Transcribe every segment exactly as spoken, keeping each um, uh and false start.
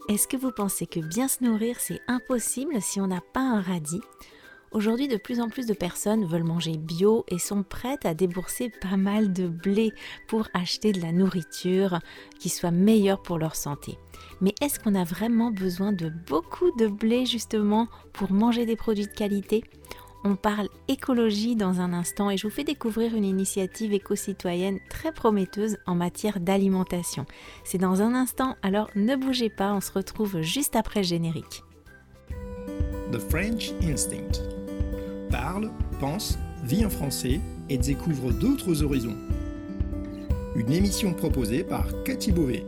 Est-ce que vous pensez que bien se nourrir, c'est impossible si on n'a pas un radis ? Aujourd'hui, de plus en plus de personnes veulent manger bio et sont prêtes à débourser pas mal de blé pour acheter de la nourriture qui soit meilleure pour leur santé. Mais est-ce qu'on a vraiment besoin de beaucoup de blé justement pour manger des produits de qualité ? On parle écologie dans un instant et je vous fais découvrir une initiative éco-citoyenne très prometteuse en matière d'alimentation. C'est dans un instant, alors ne bougez pas, on se retrouve juste après le générique. The French Instinct. Parle, pense, vit en français et découvre d'autres horizons. Une émission proposée par Cathy Beauvais.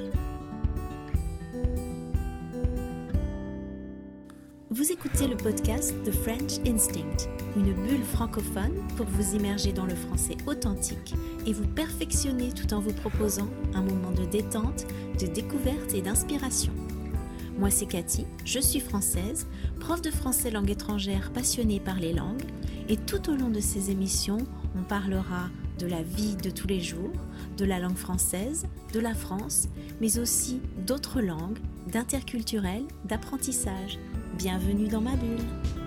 Vous écoutez le podcast The French Instinct, une bulle francophone pour vous immerger dans le français authentique et vous perfectionner tout en vous proposant un moment de détente, de découverte et d'inspiration. Moi c'est Cathy, je suis française, prof de français langue étrangère passionnée par les langues et tout au long de ces émissions, on parlera de la vie de tous les jours, de la langue française, de la France, mais aussi d'autres langues, d'interculturel, d'apprentissage. Bienvenue dans ma bulle.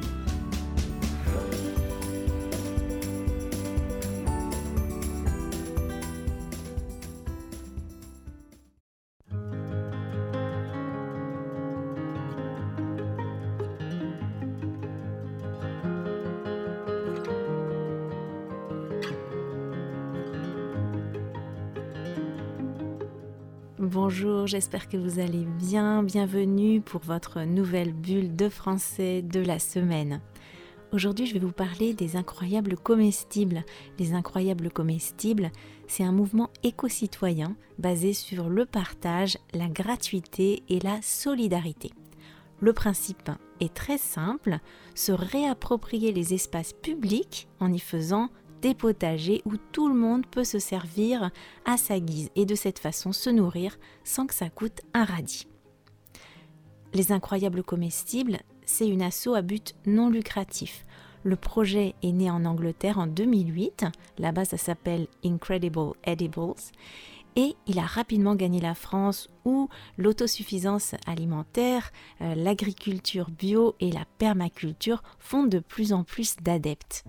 Bonjour, j'espère que vous allez bien. Bienvenue pour votre nouvelle bulle de français de la semaine. Aujourd'hui, je vais vous parler des incroyables comestibles. Les incroyables comestibles, c'est un mouvement éco-citoyen basé sur le partage, la gratuité et la solidarité. Le principe est très simple, se réapproprier les espaces publics en y faisant des potagers où tout le monde peut se servir à sa guise et de cette façon se nourrir sans que ça coûte un radis. Les incroyables comestibles, c'est une asso à but non lucratif. Le projet est né en Angleterre en deux mille huit, là-bas ça s'appelle Incredible Edibles, et il a rapidement gagné la France où l'autosuffisance alimentaire, euh, l'agriculture bio et la permaculture font de plus en plus d'adeptes.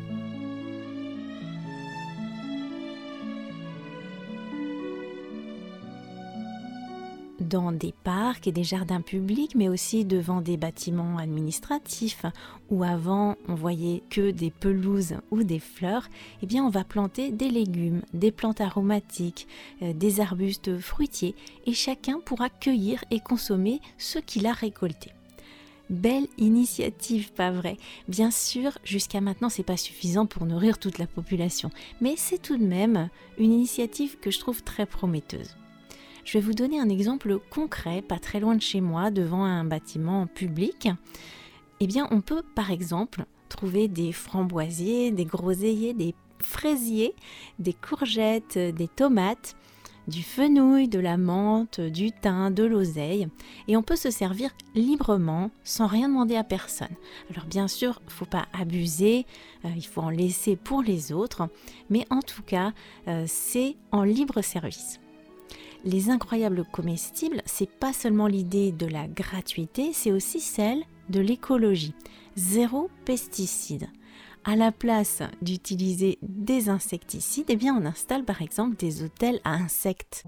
Dans des parcs et des jardins publics, mais aussi devant des bâtiments administratifs où avant on voyait que des pelouses ou des fleurs, eh bien on va planter des légumes, des plantes aromatiques, euh, des arbustes fruitiers et chacun pourra cueillir et consommer ce qu'il a récolté. Belle initiative, pas vrai ? Bien sûr, jusqu'à maintenant, c'est pas suffisant pour nourrir toute la population, mais c'est tout de même une initiative que je trouve très prometteuse. Je vais vous donner un exemple concret, pas très loin de chez moi, devant un bâtiment public. Eh bien, on peut par exemple trouver des framboisiers, des groseilliers, des fraisiers, des courgettes, des tomates, du fenouil, de la menthe, du thym, de l'oseille. Et on peut se servir librement, sans rien demander à personne. Alors bien sûr, il ne faut pas abuser, euh, il faut en laisser pour les autres, mais en tout cas, euh, c'est en libre service. Les incroyables comestibles, c'est pas seulement l'idée de la gratuité, c'est aussi celle de l'écologie. Zéro pesticides. À la place d'utiliser des insecticides, eh bien on installe par exemple des hôtels à insectes.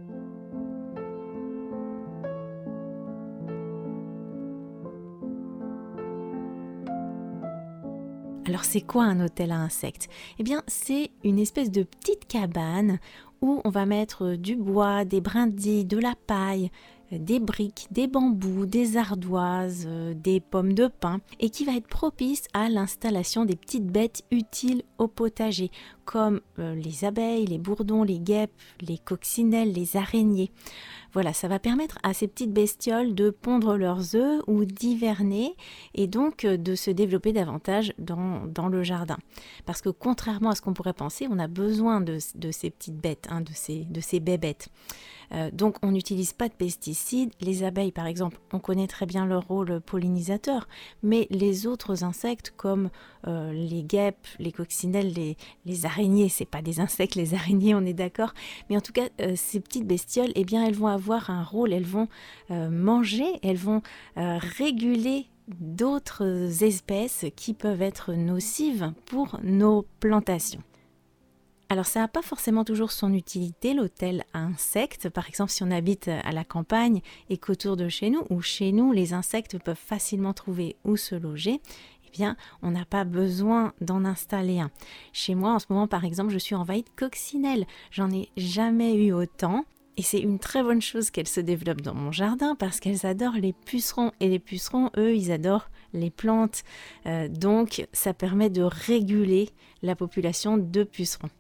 Alors c'est quoi un hôtel à insectes ? Eh bien c'est une espèce de petite cabane où on va mettre du bois, des brindilles, de la paille, des briques, des bambous, des ardoises, des pommes de pin et qui va être propice à l'installation des petites bêtes utiles au potager comme les abeilles, les bourdons, les guêpes, les coccinelles, les araignées. Voilà, ça va permettre à ces petites bestioles de pondre leurs œufs ou d'hiverner et donc de se développer davantage dans, dans le jardin. Parce que contrairement à ce qu'on pourrait penser, on a besoin de, de ces petites bêtes, hein, de ces, de ces bébêtes. Euh, donc on n'utilise pas de pesticides. Les abeilles par exemple, on connaît très bien leur rôle pollinisateur, mais les autres insectes comme euh, les guêpes, les coccinelles, les, les araignées, araignées, c'est pas des insectes les araignées, on est d'accord, mais en tout cas euh, ces petites bestioles, eh bien elles vont avoir un rôle, elles vont euh, manger, elles vont euh, réguler d'autres espèces qui peuvent être nocives pour nos plantations. Alors ça n'a pas forcément toujours son utilité, l'hôtel à insectes. Par exemple, si on habite à la campagne et qu'autour de chez nous, ou chez nous, les insectes peuvent facilement trouver où se loger, eh bien, on n'a pas besoin d'en installer un. Chez moi, en ce moment, par exemple, je suis envahie de coccinelles. J'en ai jamais eu autant. Et c'est une très bonne chose qu'elles se développent dans mon jardin parce qu'elles adorent les pucerons. Et les pucerons, eux, ils adorent les plantes. Euh, donc, ça permet de réguler la population de pucerons.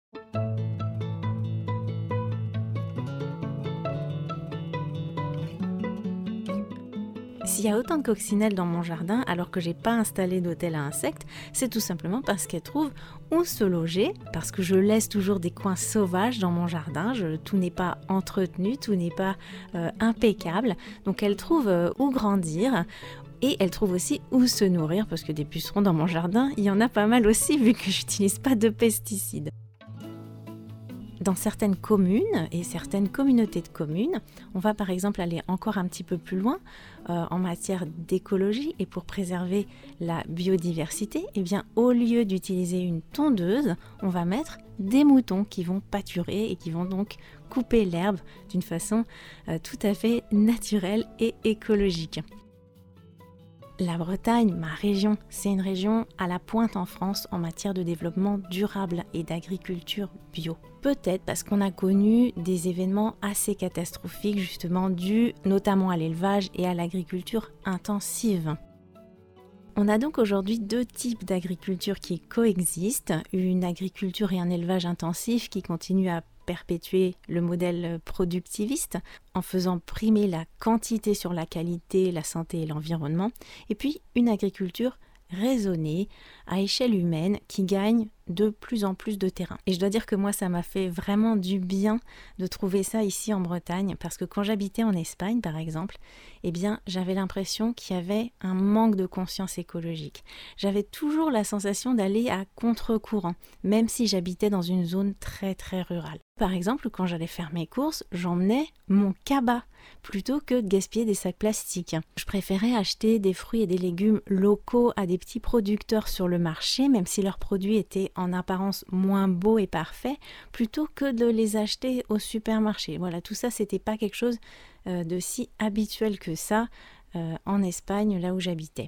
S'il y a autant de coccinelles dans mon jardin alors que j'ai pas installé d'hôtel à insectes, c'est tout simplement parce qu'elles trouvent où se loger, parce que je laisse toujours des coins sauvages dans mon jardin, je, tout n'est pas entretenu, tout n'est pas euh, impeccable, donc elles trouvent euh, où grandir. Et elles trouvent aussi où se nourrir, parce que des pucerons dans mon jardin, il y en a pas mal aussi vu que j'utilise pas de pesticides. Dans certaines communes et certaines communautés de communes, on va par exemple aller encore un petit peu plus loin euh, en matière d'écologie et pour préserver la biodiversité, eh bien, au lieu d'utiliser une tondeuse, on va mettre des moutons qui vont pâturer et qui vont donc couper l'herbe d'une façon euh, tout à fait naturelle et écologique. La Bretagne, ma région, c'est une région à la pointe en France en matière de développement durable et d'agriculture bio. Peut-être parce qu'on a connu des événements assez catastrophiques justement dus notamment à l'élevage et à l'agriculture intensive. On a donc aujourd'hui deux types d'agriculture qui coexistent, une agriculture et un élevage intensif qui continuent à perpétuer le modèle productiviste en faisant primer la quantité sur la qualité, la santé et l'environnement, et puis une agriculture raisonnée à échelle humaine qui gagne de plus en plus de terrain. Et je dois dire que moi ça m'a fait vraiment du bien de trouver ça ici en Bretagne parce que quand j'habitais en Espagne par exemple, eh bien j'avais l'impression qu'il y avait un manque de conscience écologique. J'avais toujours la sensation d'aller à contre-courant, même si j'habitais dans une zone très très rurale. Par exemple, quand j'allais faire mes courses, j'emmenais mon cabas plutôt que de gaspiller des sacs plastiques. Je préférais acheter des fruits et des légumes locaux à des petits producteurs sur le marché, même si leurs produits étaient en apparence moins beaux et parfaits, plutôt que de les acheter au supermarché. Voilà, tout ça, c'était pas quelque chose euh, de si habituel que ça euh, en Espagne, là où j'habitais.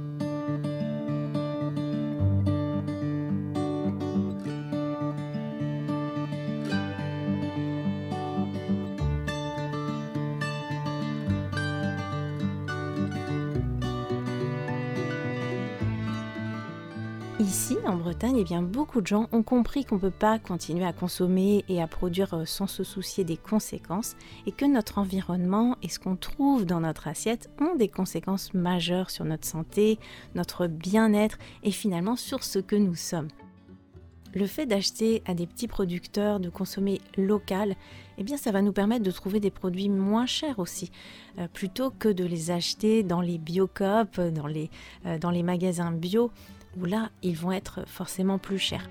Ici, en Bretagne, eh bien, beaucoup de gens ont compris qu'on ne peut pas continuer à consommer et à produire sans se soucier des conséquences et que notre environnement et ce qu'on trouve dans notre assiette ont des conséquences majeures sur notre santé, notre bien-être et finalement sur ce que nous sommes. Le fait d'acheter à des petits producteurs, de consommer local, eh bien, ça va nous permettre de trouver des produits moins chers aussi, euh, plutôt que de les acheter dans les biocoop, dans les, euh, dans les magasins bio, où là, ils vont être forcément plus chers.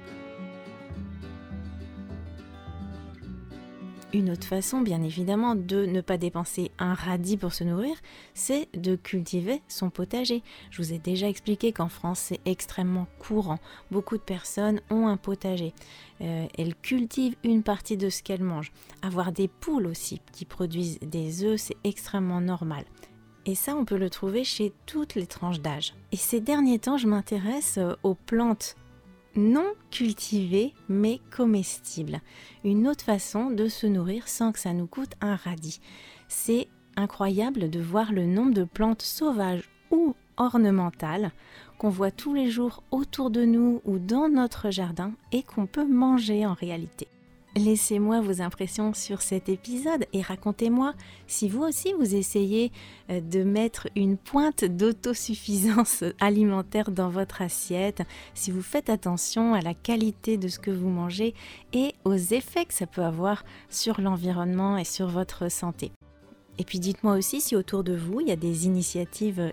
Une autre façon, bien évidemment, de ne pas dépenser un radis pour se nourrir, c'est de cultiver son potager. Je vous ai déjà expliqué qu'en France, c'est extrêmement courant. Beaucoup de personnes ont un potager. Euh, elles cultivent une partie de ce qu'elles mangent. Avoir des poules aussi qui produisent des œufs, c'est extrêmement normal. Et ça, on peut le trouver chez toutes les tranches d'âge. Et ces derniers temps, je m'intéresse aux plantes non cultivées, mais comestibles. Une autre façon de se nourrir sans que ça nous coûte un radis. C'est incroyable de voir le nombre de plantes sauvages ou ornementales qu'on voit tous les jours autour de nous ou dans notre jardin et qu'on peut manger en réalité. Laissez-moi vos impressions sur cet épisode et racontez-moi si vous aussi vous essayez de mettre une pointe d'autosuffisance alimentaire dans votre assiette, si vous faites attention à la qualité de ce que vous mangez et aux effets que ça peut avoir sur l'environnement et sur votre santé. Et puis dites-moi aussi si autour de vous il y a des initiatives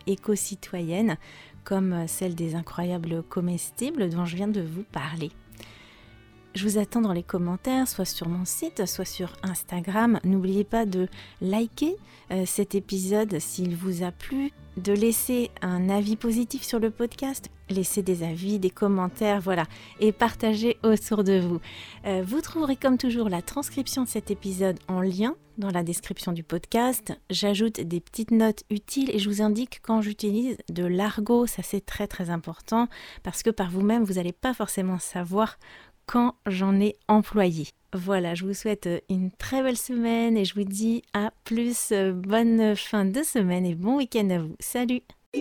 éco-citoyennes comme celle des incroyables comestibles dont je viens de vous parler. Je vous attends dans les commentaires, soit sur mon site, soit sur Instagram. N'oubliez pas de liker euh, cet épisode s'il vous a plu, de laisser un avis positif sur le podcast, laisser des avis, des commentaires, voilà, et partager autour de vous. Euh, vous trouverez comme toujours la transcription de cet épisode en lien dans la description du podcast. J'ajoute des petites notes utiles et je vous indique quand j'utilise de l'argot, ça c'est très très important parce que par vous-même, vous n'allez pas forcément savoir quand j'en ai employé. Voilà, je vous souhaite une très belle semaine et je vous dis à plus, bonne fin de semaine et bon week-end à vous. Salut!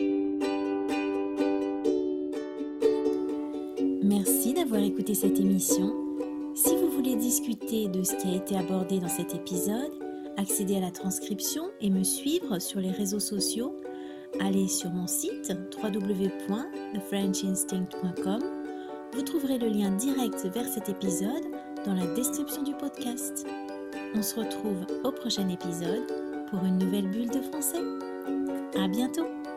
Merci d'avoir écouté cette émission. Si vous voulez discuter de ce qui a été abordé dans cet épisode, accéder à la transcription et me suivre sur les réseaux sociaux, allez sur mon site w w w point the french instinct point com. Vous trouverez le lien direct vers cet épisode dans la description du podcast. On se retrouve au prochain épisode pour une nouvelle bulle de français. À bientôt!